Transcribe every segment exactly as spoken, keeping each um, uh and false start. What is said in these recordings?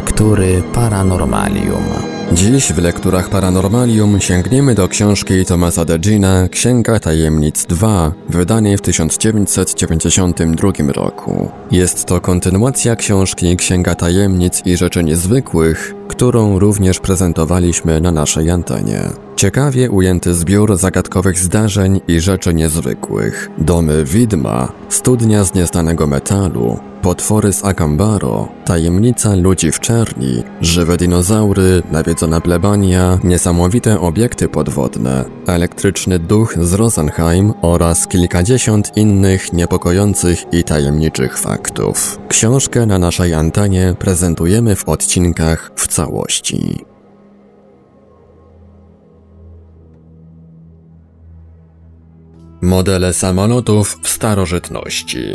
Lektury Paranormalium. Dziś w Lekturach Paranormalium sięgniemy do książki Thomasa Degina Księga Tajemnic dwa, wydanej w tysiąc dziewięćset dziewięćdziesiątym drugim roku. Jest to kontynuacja książki Księga Tajemnic i Rzeczy Niezwykłych, którą również prezentowaliśmy na naszej antenie. Ciekawie ujęty zbiór zagadkowych zdarzeń i rzeczy niezwykłych. Domy widma, studnia z nieznanego metalu, potwory z Akambaro, tajemnica ludzi w czerni, żywe dinozaury, nawiedzona plebania, niesamowite obiekty podwodne, elektryczny duch z Rosenheim oraz kilkadziesiąt innych niepokojących i tajemniczych faktów. Książkę na naszej antenie prezentujemy w odcinkach w całości. Modele samolotów w starożytności.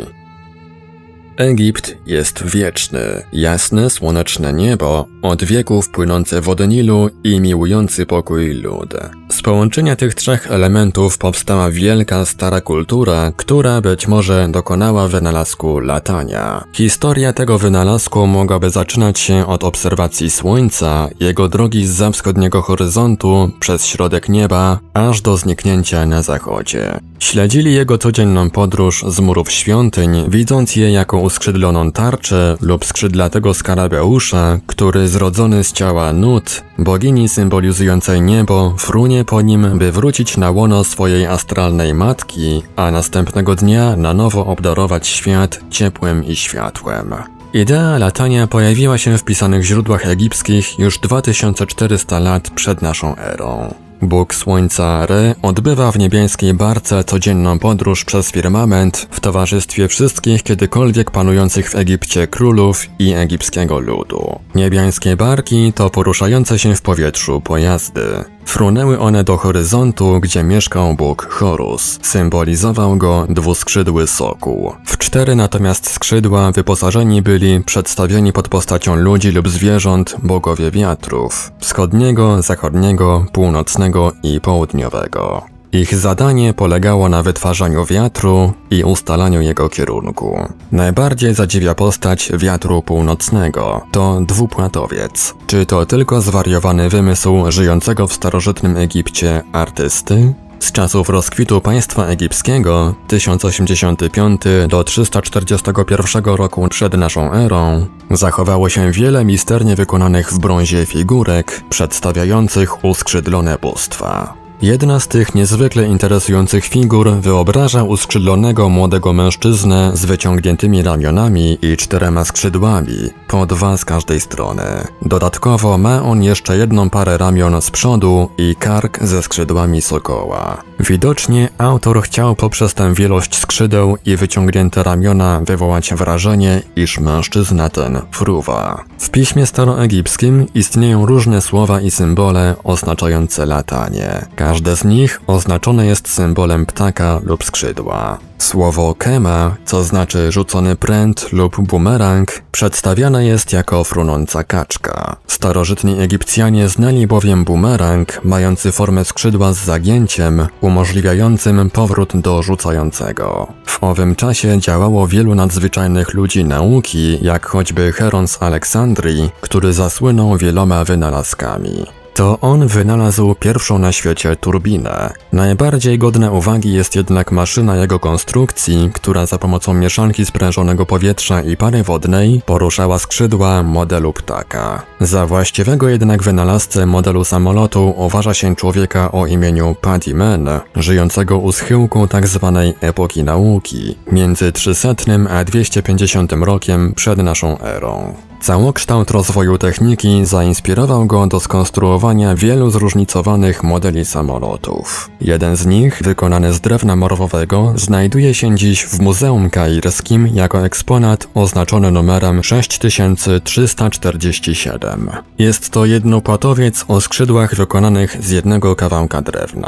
Egipt jest wieczny, jasne, słoneczne niebo, od wieków płynące wody Nilu i miłujący pokój lud. Z połączenia tych trzech elementów powstała wielka stara kultura, która być może dokonała wynalazku latania. Historia tego wynalazku mogłaby zaczynać się od obserwacji Słońca, jego drogi zza wschodniego horyzontu, przez środek nieba, aż do zniknięcia na zachodzie. Śledzili jego codzienną podróż z murów świątyń, widząc je jako uskrzydloną tarczę lub skrzydlatego skarabeusza, który zrodzony z ciała Nut, bogini symbolizującej niebo, frunie po nim, by wrócić na łono swojej astralnej matki, a następnego dnia na nowo obdarować świat ciepłem i światłem. Idea latania pojawiła się w pisanych źródłach egipskich już dwa tysiące czterysta lat przed naszą erą. Bóg Słońca Re odbywa w niebiańskiej barce codzienną podróż przez firmament w towarzystwie wszystkich kiedykolwiek panujących w Egipcie królów i egipskiego ludu. Niebiańskie barki to poruszające się w powietrzu pojazdy. Frunęły one do horyzontu, gdzie mieszkał Bóg Horus. Symbolizował go dwuskrzydły sokół. W cztery natomiast skrzydła wyposażeni byli przedstawieni pod postacią ludzi lub zwierząt bogowie wiatrów: wschodniego, zachodniego, północnego i południowego. Ich zadanie polegało na wytwarzaniu wiatru i ustalaniu jego kierunku. Najbardziej zadziwia postać wiatru północnego. To dwupłatowiec. Czy to tylko zwariowany wymysł żyjącego w starożytnym Egipcie artysty? Z czasów rozkwitu państwa egipskiego, tysiąc osiemdziesiąty piąty do trzysta czterdziestego pierwszego roku przed naszą erą, zachowało się wiele misternie wykonanych w brązie figurek przedstawiających uskrzydlone bóstwa. Jedna z tych niezwykle interesujących figur wyobraża uskrzydlonego młodego mężczyznę z wyciągniętymi ramionami i czterema skrzydłami, po dwa z każdej strony. Dodatkowo ma on jeszcze jedną parę ramion z przodu i kark ze skrzydłami sokoła. Widocznie autor chciał poprzez tę wielość skrzydeł i wyciągnięte ramiona wywołać wrażenie, iż mężczyzna ten fruwa. W piśmie staroegipskim istnieją różne słowa i symbole oznaczające latanie. Każde z nich oznaczone jest symbolem ptaka lub skrzydła. Słowo kema, co znaczy rzucony pręt lub bumerang, przedstawiane jest jako frunąca kaczka. Starożytni Egipcjanie znali bowiem bumerang, mający formę skrzydła z zagięciem, umożliwiającym powrót do rzucającego. W owym czasie działało wielu nadzwyczajnych ludzi nauki, jak choćby Heron z Aleksandrii, który zasłynął wieloma wynalazkami. To on wynalazł pierwszą na świecie turbinę. Najbardziej godna uwagi jest jednak maszyna jego konstrukcji, która za pomocą mieszanki sprężonego powietrza i pary wodnej poruszała skrzydła modelu ptaka. Za właściwego jednak wynalazcę modelu samolotu uważa się człowieka o imieniu Paddy Man, żyjącego u schyłku tzw. epoki nauki, między trzysetnym a dwieście pięćdziesiątym rokiem przed naszą erą. Całokształt rozwoju techniki zainspirował go do skonstruowania wielu zróżnicowanych modeli samolotów. Jeden z nich, wykonany z drewna morwowego, znajduje się dziś w Muzeum Kairskim jako eksponat oznaczony numerem sześć tysięcy trzysta czterdzieści siedem. Jest to jednopłatowiec o skrzydłach wykonanych z jednego kawałka drewna.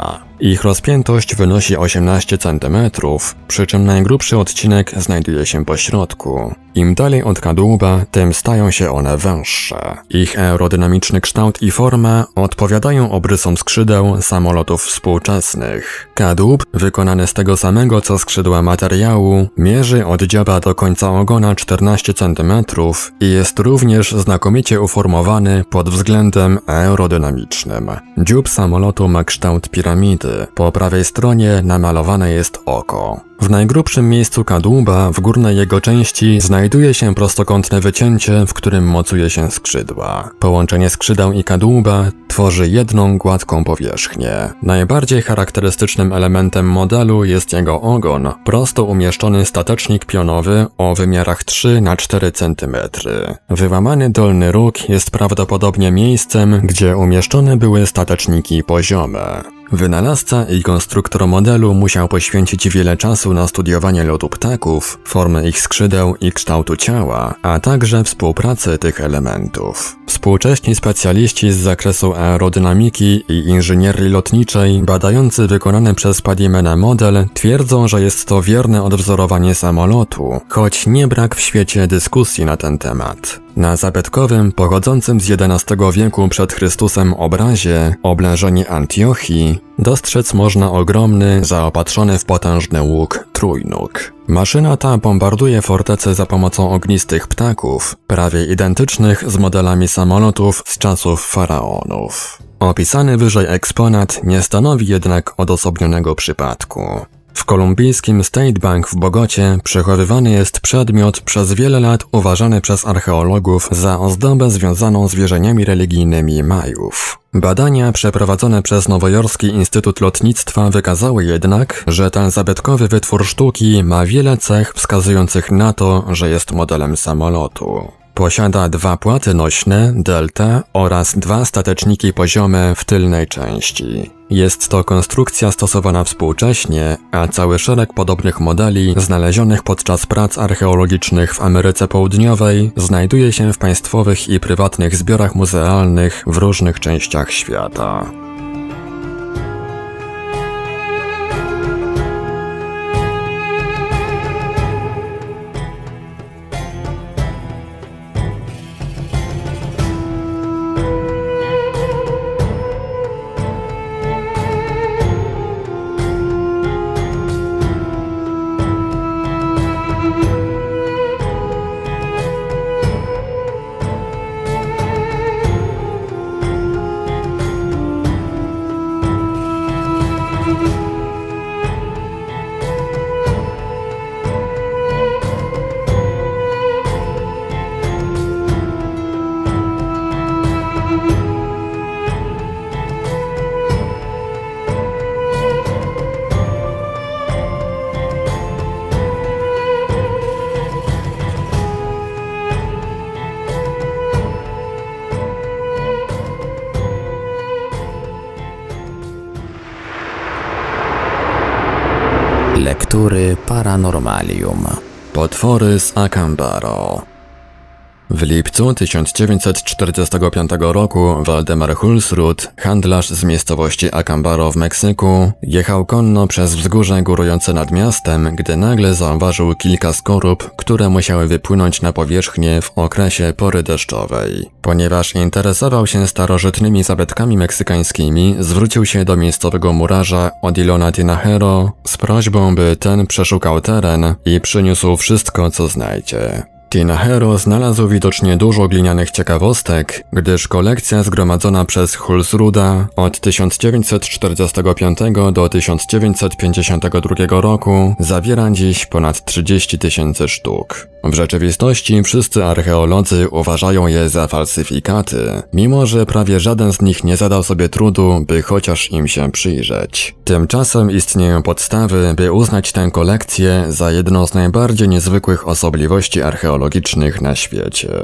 Ich rozpiętość wynosi osiemnaście centymetrów, przy czym najgrubszy odcinek znajduje się po środku. Im dalej od kadłuba, tym stają się one węższe. Ich aerodynamiczny kształt i forma odpowiadają obrysom skrzydeł samolotów współczesnych. Kadłub, wykonany z tego samego co skrzydła materiału, mierzy od dzioba do końca ogona czternaście centymetrów i jest również znakomicie uformowany pod względem aerodynamicznym. Dziób samolotu ma kształt piramidy. Po prawej stronie namalowane jest oko. W najgrubszym miejscu kadłuba, w górnej jego części, znajduje się prostokątne wycięcie, w którym mocuje się skrzydła. Połączenie skrzydeł i kadłuba tworzy jedną gładką powierzchnię. Najbardziej charakterystycznym elementem modelu jest jego ogon, prosto umieszczony statecznik pionowy o wymiarach trzy na cztery centymetry. Wyłamany dolny róg jest prawdopodobnie miejscem, gdzie umieszczone były stateczniki poziome. Wynalazca i konstruktor modelu musiał poświęcić wiele czasu na studiowanie lotu ptaków, formy ich skrzydeł i kształtu ciała, a także współpracy tych elementów. Współcześni specjaliści z zakresu aerodynamiki i inżynierii lotniczej, badający wykonany przez Padimana model, twierdzą, że jest to wierne odwzorowanie samolotu, choć nie brak w świecie dyskusji na ten temat. Na zabytkowym, pochodzącym z jedenastego wieku przed Chrystusem obrazie, oblężenie Antiochii, dostrzec można ogromny, zaopatrzony w potężny łuk trójnóg. Maszyna ta bombarduje fortecę za pomocą ognistych ptaków, prawie identycznych z modelami samolotów z czasów faraonów. Opisany wyżej eksponat nie stanowi jednak odosobnionego przypadku. W kolumbijskim State Bank w Bogocie przechowywany jest przedmiot przez wiele lat uważany przez archeologów za ozdobę związaną z wierzeniami religijnymi Majów. Badania przeprowadzone przez Nowojorski Instytut Lotnictwa wykazały jednak, że ten zabytkowy wytwór sztuki ma wiele cech wskazujących na to, że jest modelem samolotu. Posiada dwa płaty nośne, delta oraz dwa stateczniki poziome w tylnej części. Jest to konstrukcja stosowana współcześnie, a cały szereg podobnych modeli znalezionych podczas prac archeologicznych w Ameryce Południowej znajduje się w państwowych i prywatnych zbiorach muzealnych w różnych częściach świata. Lektury Paranormalium. Potwory z Acambaro. W lipcu tysiąc dziewięćset czterdziestego piątego roku Waldemar Hulsrud, handlarz z miejscowości Acambaro w Meksyku, jechał konno przez wzgórze górujące nad miastem, gdy nagle zauważył kilka skorup, które musiały wypłynąć na powierzchnię w okresie pory deszczowej. Ponieważ interesował się starożytnymi zabytkami meksykańskimi, zwrócił się do miejscowego murarza Odilona Tinajero z prośbą, by ten przeszukał teren i przyniósł wszystko, co znajdzie. Tinajero znalazł widocznie dużo glinianych ciekawostek, gdyż kolekcja zgromadzona przez Hulsruda od tysiąc dziewięćset czterdziestego piątego do tysiąc dziewięćset pięćdziesiątego drugiego roku zawiera dziś ponad trzydzieści tysięcy sztuk. W rzeczywistości wszyscy archeolodzy uważają je za falsyfikaty, mimo że prawie żaden z nich nie zadał sobie trudu, by chociaż im się przyjrzeć. Tymczasem istnieją podstawy, by uznać tę kolekcję za jedną z najbardziej niezwykłych osobliwości archeologicznych na świecie.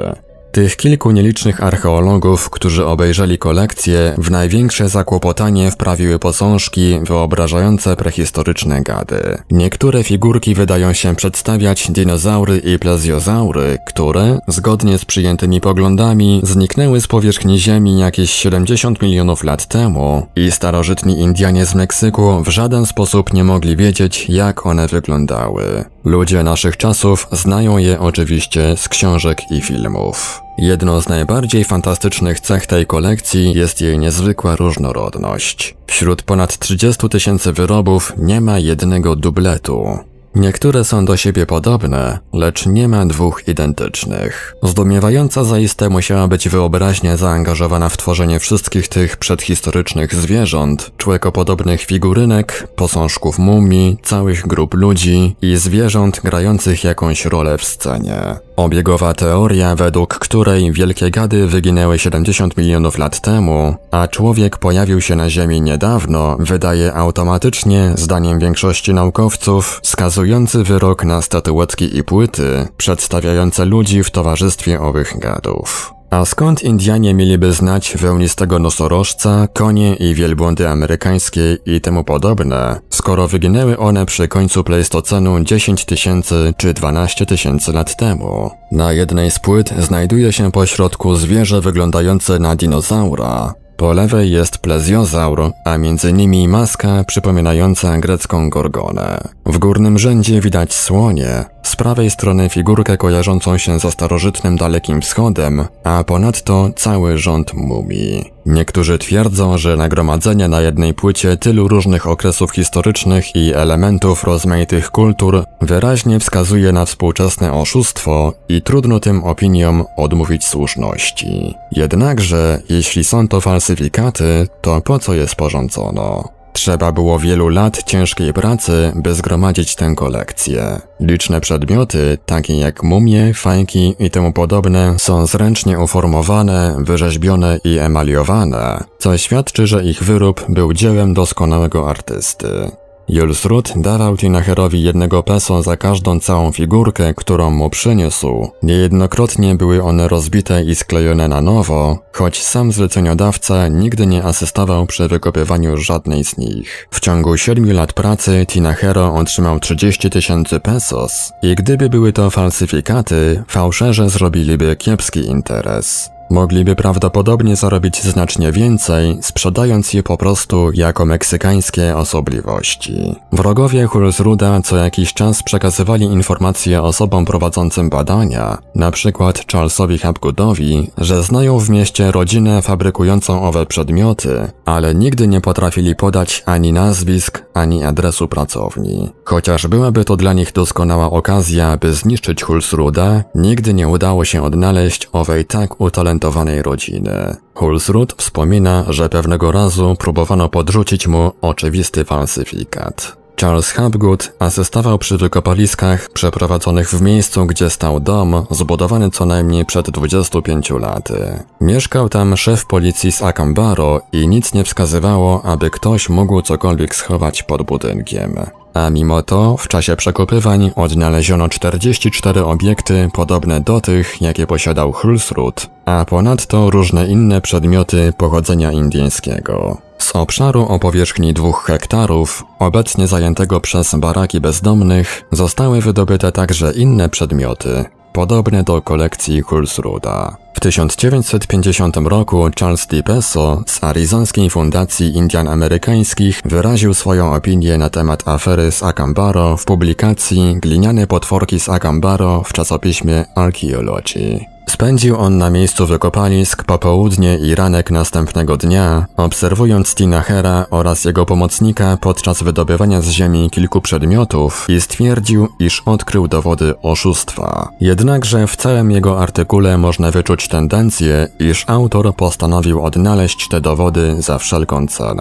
Tych kilku nielicznych archeologów, którzy obejrzeli kolekcję, w największe zakłopotanie wprawiły posążki wyobrażające prehistoryczne gady. Niektóre figurki wydają się przedstawiać dinozaury i plezjozaury, które, zgodnie z przyjętymi poglądami, zniknęły z powierzchni Ziemi jakieś siedemdziesiąt milionów lat temu i starożytni Indianie z Meksyku w żaden sposób nie mogli wiedzieć, jak one wyglądały. Ludzie naszych czasów znają je oczywiście z książek i filmów. Jedną z najbardziej fantastycznych cech tej kolekcji jest jej niezwykła różnorodność. Wśród ponad trzydziestu tysięcy wyrobów nie ma jednego dubletu. Niektóre są do siebie podobne, lecz nie ma dwóch identycznych. Zdumiewająca zaiste musiała być wyobraźnia zaangażowana w tworzenie wszystkich tych przedhistorycznych zwierząt, człowiekopodobnych figurynek, posążków mumii, całych grup ludzi i zwierząt grających jakąś rolę w scenie. Obiegowa teoria, według której wielkie gady wyginęły siedemdziesiąt milionów lat temu, a człowiek pojawił się na Ziemi niedawno, wydaje automatycznie, zdaniem większości naukowców, skazujący wyrok na statuetki i płyty, przedstawiające ludzi w towarzystwie owych gadów. A skąd Indianie mieliby znać wełnistego nosorożca, konie i wielbłądy amerykańskie i temu podobne, skoro wyginęły one przy końcu Pleistocenu dziesięć tysięcy czy dwanaście tysięcy lat temu? Na jednej z płyt znajduje się pośrodku zwierzę wyglądające na dinozaura. Po lewej jest plezjozaur, a między nimi maska przypominająca grecką gorgonę. W górnym rzędzie widać słonie, z prawej strony figurkę kojarzącą się ze starożytnym Dalekim Wschodem, a ponadto cały rząd mumii. Niektórzy twierdzą, że nagromadzenie na jednej płycie tylu różnych okresów historycznych i elementów rozmaitych kultur wyraźnie wskazuje na współczesne oszustwo i trudno tym opiniom odmówić słuszności. Jednakże, jeśli są to falsyfikaty, to po co je sporządzono? Trzeba było wielu lat ciężkiej pracy, by zgromadzić tę kolekcję. Liczne przedmioty, takie jak mumie, fajki i temu podobne, są zręcznie uformowane, wyrzeźbione i emaliowane, co świadczy, że ich wyrób był dziełem doskonałego artysty. Jules Rudd dawał Tinaherowi jednego peso za każdą całą figurkę, którą mu przyniósł. Niejednokrotnie były one rozbite i sklejone na nowo, choć sam zleceniodawca nigdy nie asystował przy wykopywaniu żadnej z nich. W ciągu siedmiu lat pracy Tinahero otrzymał trzydzieści tysięcy pesos i gdyby były to falsyfikaty, fałszerze zrobiliby kiepski interes. Mogliby prawdopodobnie zarobić znacznie więcej, sprzedając je po prostu jako meksykańskie osobliwości. Wrogowie Jules Rudda co jakiś czas przekazywali informacje osobom prowadzącym badania, na przykład Charlesowi Hapgoodowi, że znają w mieście rodzinę fabrykującą owe przedmioty, ale nigdy nie potrafili podać ani nazwisk, ani adresu pracowni. Chociaż byłaby to dla nich doskonała okazja, by zniszczyć Jules Rudda, nigdy nie udało się odnaleźć owej tak utalentowanej rodziny. Jules Rudd wspomina, że pewnego razu próbowano podrzucić mu oczywisty falsyfikat. Charles Hapgood asystował przy wykopaliskach przeprowadzonych w miejscu, gdzie stał dom, zbudowany co najmniej przed dwudziestu pięciu laty. Mieszkał tam szef policji z Acambaro i nic nie wskazywało, aby ktoś mógł cokolwiek schować pod budynkiem. A mimo to w czasie przekopywań odnaleziono czterdzieści cztery obiekty podobne do tych, jakie posiadał Jules Rudd, a ponadto różne inne przedmioty pochodzenia indyjskiego. Z obszaru o powierzchni dwóch hektarów, obecnie zajętego przez baraki bezdomnych, zostały wydobyte także inne przedmioty, podobne do kolekcji Jules Rudda. W tysiąc dziewięćset pięćdziesiątym roku Charles DiPeso z Arizońskiej Fundacji Indian Amerykańskich wyraził swoją opinię na temat afery z Acambaro w publikacji Gliniane potworki z Acambaro w czasopiśmie Archaeology. Spędził on na miejscu wykopalisk popołudnie i ranek następnego dnia, obserwując Tinahera oraz jego pomocnika podczas wydobywania z ziemi kilku przedmiotów i stwierdził, iż odkrył dowody oszustwa. Jednakże w całym jego artykule można wyczuć tendencję, iż autor postanowił odnaleźć te dowody za wszelką cenę.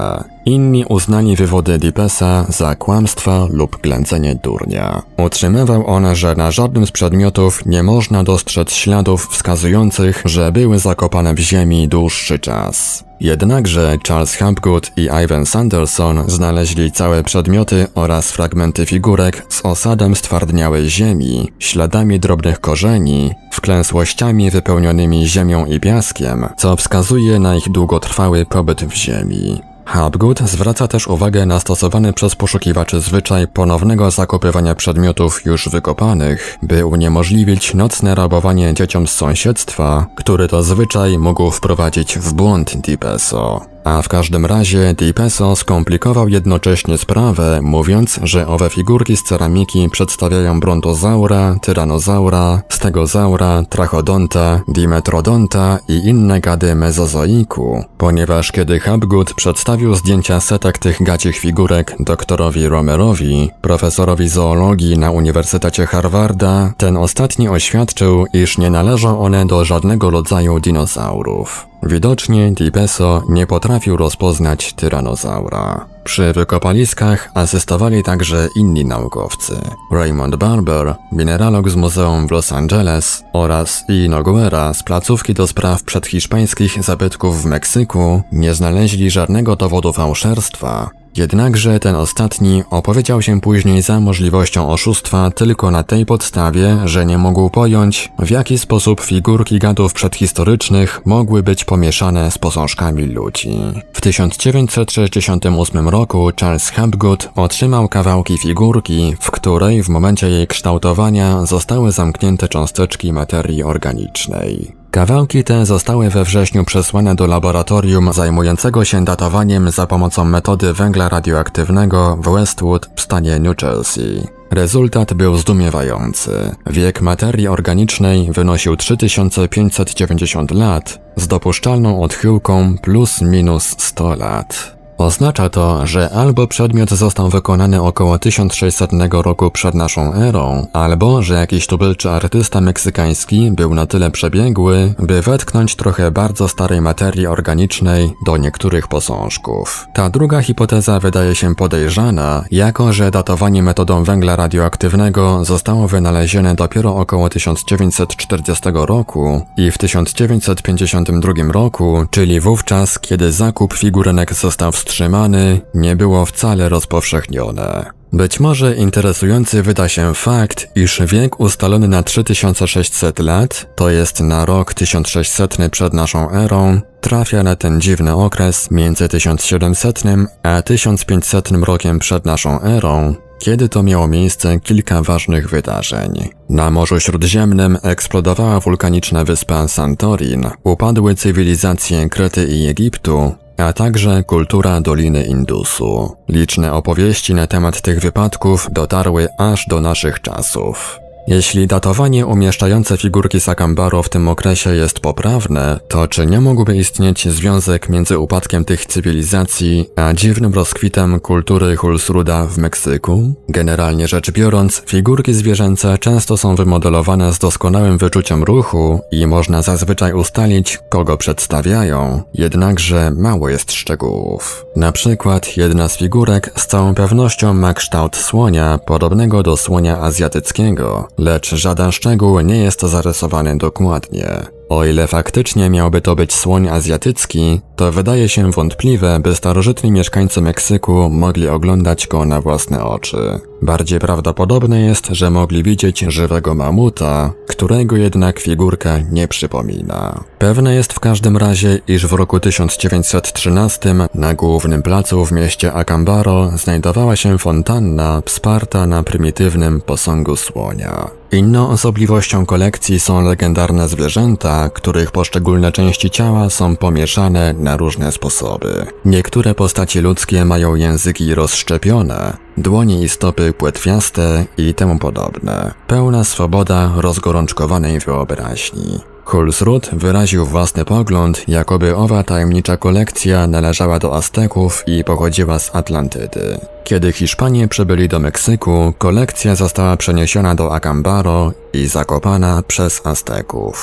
Inni uznali wywody Dipesa za kłamstwa lub ględzenie durnia. Utrzymywał on, że na żadnym z przedmiotów nie można dostrzec śladów wskazujących, że były zakopane w ziemi dłuższy czas. Jednakże Charles Hapgood i Ivan Sanderson znaleźli całe przedmioty oraz fragmenty figurek z osadem stwardniałej ziemi, śladami drobnych korzeni, wklęsłościami wypełnionymi ziemią i piaskiem, co wskazuje na ich długotrwały pobyt w ziemi. Hapgood zwraca też uwagę na stosowany przez poszukiwaczy zwyczaj ponownego zakopywania przedmiotów już wykopanych, by uniemożliwić nocne rabowanie dzieciom z sąsiedztwa, który to zwyczaj mógł wprowadzić w błąd Dipeso. A w każdym razie Dipeso skomplikował jednocześnie sprawę, mówiąc, że owe figurki z ceramiki przedstawiają brontozaura, tyranozaura, stegozaura, trachodonta, dimetrodonta i inne gady mezozoiku, ponieważ kiedy Hapgood przedstawił zdjęcia setek tych gadzich figurek doktorowi Romerowi, profesorowi zoologii na Uniwersytecie Harvarda, ten ostatni oświadczył, iż nie należą one do żadnego rodzaju dinozaurów. Widocznie Dipeso nie potrafił rozpoznać tyranozaura. Przy wykopaliskach asystowali także inni naukowcy. Raymond Barber, mineralog z muzeum w Los Angeles, oraz I. Noguera z placówki do spraw przedhiszpańskich zabytków w Meksyku nie znaleźli żadnego dowodu fałszerstwa. Jednakże ten ostatni opowiedział się później za możliwością oszustwa tylko na tej podstawie, że nie mógł pojąć, w jaki sposób figurki gadów przedhistorycznych mogły być pomieszane z posążkami ludzi. W tysiąc dziewięćset sześćdziesiątym ósmym roku Charles Hapgood otrzymał kawałki figurki, w której w momencie jej kształtowania zostały zamknięte cząsteczki materii organicznej. Kawałki te zostały we wrześniu przesłane do laboratorium zajmującego się datowaniem za pomocą metody węgla radioaktywnego w Westwood w stanie New Jersey. Rezultat był zdumiewający. Wiek materii organicznej wynosił trzy tysiące pięćset dziewięćdziesiąt lat z dopuszczalną odchyłką plus minus sto lat. Oznacza to, że albo przedmiot został wykonany około tysiąc sześćsetnego roku przed naszą erą, albo że jakiś tubylczy artysta meksykański był na tyle przebiegły, by wetknąć trochę bardzo starej materii organicznej do niektórych posążków. Ta druga hipoteza wydaje się podejrzana, jako że datowanie metodą węgla radioaktywnego zostało wynalezione dopiero około tysiąc dziewięćset czterdziestego roku i w tysiąc dziewięćset pięćdziesiątym drugim roku, czyli wówczas, kiedy zakup figurynek został wstrzymany, nie było wcale rozpowszechnione. Być może interesujący wyda się fakt, iż wiek ustalony na trzy tysiące sześćset lat, to jest na rok tysiąc sześćsetny przed naszą erą, trafia na ten dziwny okres między tysiąc siedemsetnym a tysiąc pięćsetnym rokiem przed naszą erą, kiedy to miało miejsce kilka ważnych wydarzeń. Na Morzu Śródziemnym eksplodowała wulkaniczna wyspa Santorin, upadły cywilizacje Krety i Egiptu, a także kultura Doliny Indusu. Liczne opowieści na temat tych wypadków dotarły aż do naszych czasów. Jeśli datowanie umieszczające figurki Sakambaro w tym okresie jest poprawne, to czy nie mógłby istnieć związek między upadkiem tych cywilizacji a dziwnym rozkwitem kultury Hulsruda w Meksyku? Generalnie rzecz biorąc, figurki zwierzęce często są wymodelowane z doskonałym wyczuciem ruchu i można zazwyczaj ustalić, kogo przedstawiają, jednakże mało jest szczegółów. Na przykład jedna z figurek z całą pewnością ma kształt słonia podobnego do słonia azjatyckiego, lecz żaden szczegół nie jest zarysowany dokładnie. O ile faktycznie miałby to być słoń azjatycki, to wydaje się wątpliwe, by starożytni mieszkańcy Meksyku mogli oglądać go na własne oczy. Bardziej prawdopodobne jest, że mogli widzieć żywego mamuta, którego jednak figurka nie przypomina. Pewne jest w każdym razie, iż w roku tysiąc dziewięćset trzynastym na głównym placu w mieście Acambaro znajdowała się fontanna wsparta na prymitywnym posągu słonia. Inną osobliwością kolekcji są legendarne zwierzęta, których poszczególne części ciała są pomieszane na różne sposoby. Niektóre postaci ludzkie mają języki rozszczepione, dłonie i stopy płetwiaste i temu podobne. Pełna swoboda rozgorączkowanej wyobraźni. Hulsrud wyraził własny pogląd, jakoby owa tajemnicza kolekcja należała do Azteków i pochodziła z Atlantydy. Kiedy Hiszpanie przybyli do Meksyku, kolekcja została przeniesiona do Acambaro i zakopana przez Azteków.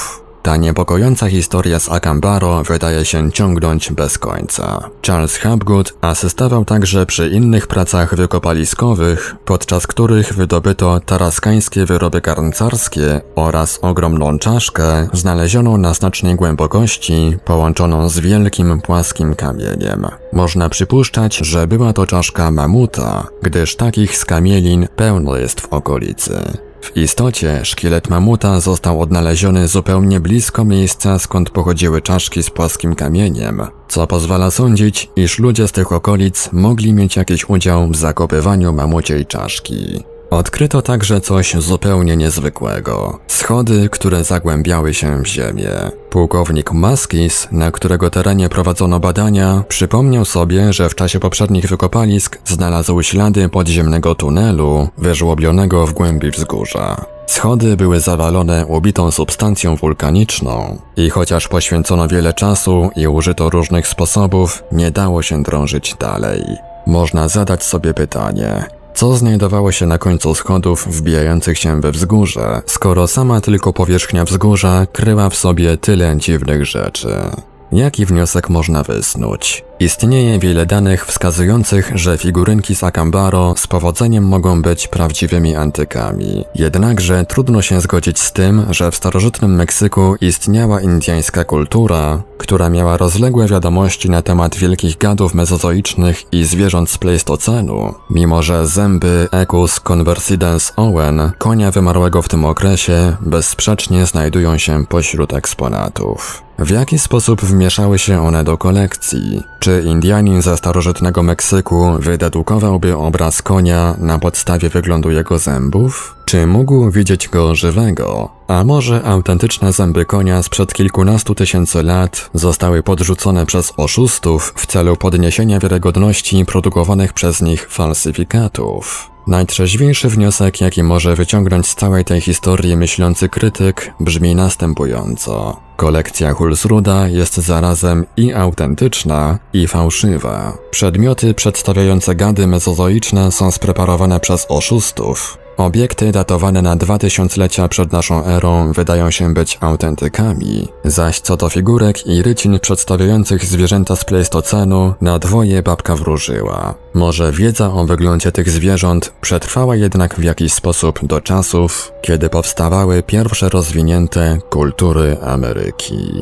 Ta niepokojąca historia z Acambaro wydaje się ciągnąć bez końca. Charles Hapgood asystował także przy innych pracach wykopaliskowych, podczas których wydobyto taraskańskie wyroby garncarskie oraz ogromną czaszkę znalezioną na znacznej głębokości, połączoną z wielkim płaskim kamieniem. Można przypuszczać, że była to czaszka mamuta, gdyż takich skamielin pełno jest w okolicy. W istocie szkielet mamuta został odnaleziony zupełnie blisko miejsca, skąd pochodziły czaszki z płaskim kamieniem, co pozwala sądzić, iż ludzie z tych okolic mogli mieć jakiś udział w zakopywaniu mamuciej czaszki. Odkryto także coś zupełnie niezwykłego. Schody, które zagłębiały się w ziemię. Pułkownik Maskis, na którego terenie prowadzono badania, przypomniał sobie, że w czasie poprzednich wykopalisk znalazł ślady podziemnego tunelu wyżłobionego w głębi wzgórza. Schody były zawalone ubitą substancją wulkaniczną i chociaż poświęcono wiele czasu i użyto różnych sposobów, nie dało się drążyć dalej. Można zadać sobie pytanie, co znajdowało się na końcu schodów wbijających się we wzgórze, skoro sama tylko powierzchnia wzgórza kryła w sobie tyle dziwnych rzeczy? Jaki wniosek można wysnuć? Istnieje wiele danych wskazujących, że figurynki z Acambaro z powodzeniem mogą być prawdziwymi antykami. Jednakże trudno się zgodzić z tym, że w starożytnym Meksyku istniała indyjska kultura, która miała rozległe wiadomości na temat wielkich gadów mezozoicznych i zwierząt z Pleistocenu, mimo że zęby Equus conversidens owen, konia wymarłego w tym okresie, bezsprzecznie znajdują się pośród eksponatów. W jaki sposób wmieszały się one do kolekcji? Czy Indianin ze starożytnego Meksyku wydedukowałby obraz konia na podstawie wyglądu jego zębów? Czy mógł widzieć go żywego? A może autentyczne zęby konia sprzed kilkunastu tysięcy lat zostały podrzucone przez oszustów w celu podniesienia wiarygodności produkowanych przez nich falsyfikatów? Najtrzeźwiejszy wniosek, jaki może wyciągnąć z całej tej historii myślący krytyk, brzmi następująco. Kolekcja Hulsruda jest zarazem i autentyczna, i fałszywa. Przedmioty przedstawiające gady mezozoiczne są spreparowane przez oszustów. Obiekty datowane na dwa tysiąclecia przed naszą erą wydają się być autentykami, zaś co do figurek i rycin przedstawiających zwierzęta z Pleistocenu, na dwoje babka wróżyła. Może wiedza o wyglądzie tych zwierząt przetrwała jednak w jakiś sposób do czasów, kiedy powstawały pierwsze rozwinięte kultury Ameryki.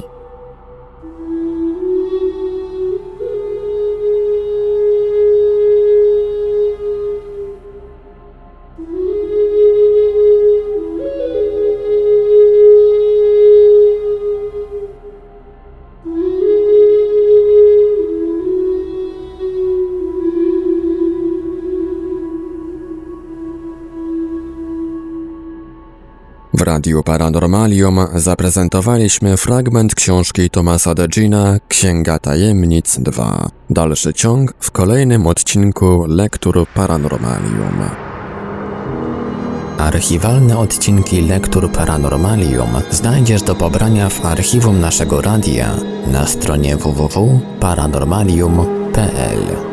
W Radiu Paranormalium zaprezentowaliśmy fragment książki Thomasa Degina Księga Tajemnic dwa. Dalszy ciąg w kolejnym odcinku Lektur Paranormalium. Archiwalne odcinki Lektur Paranormalium znajdziesz do pobrania w archiwum naszego radia na stronie w w w kropka paranormalium kropka p l.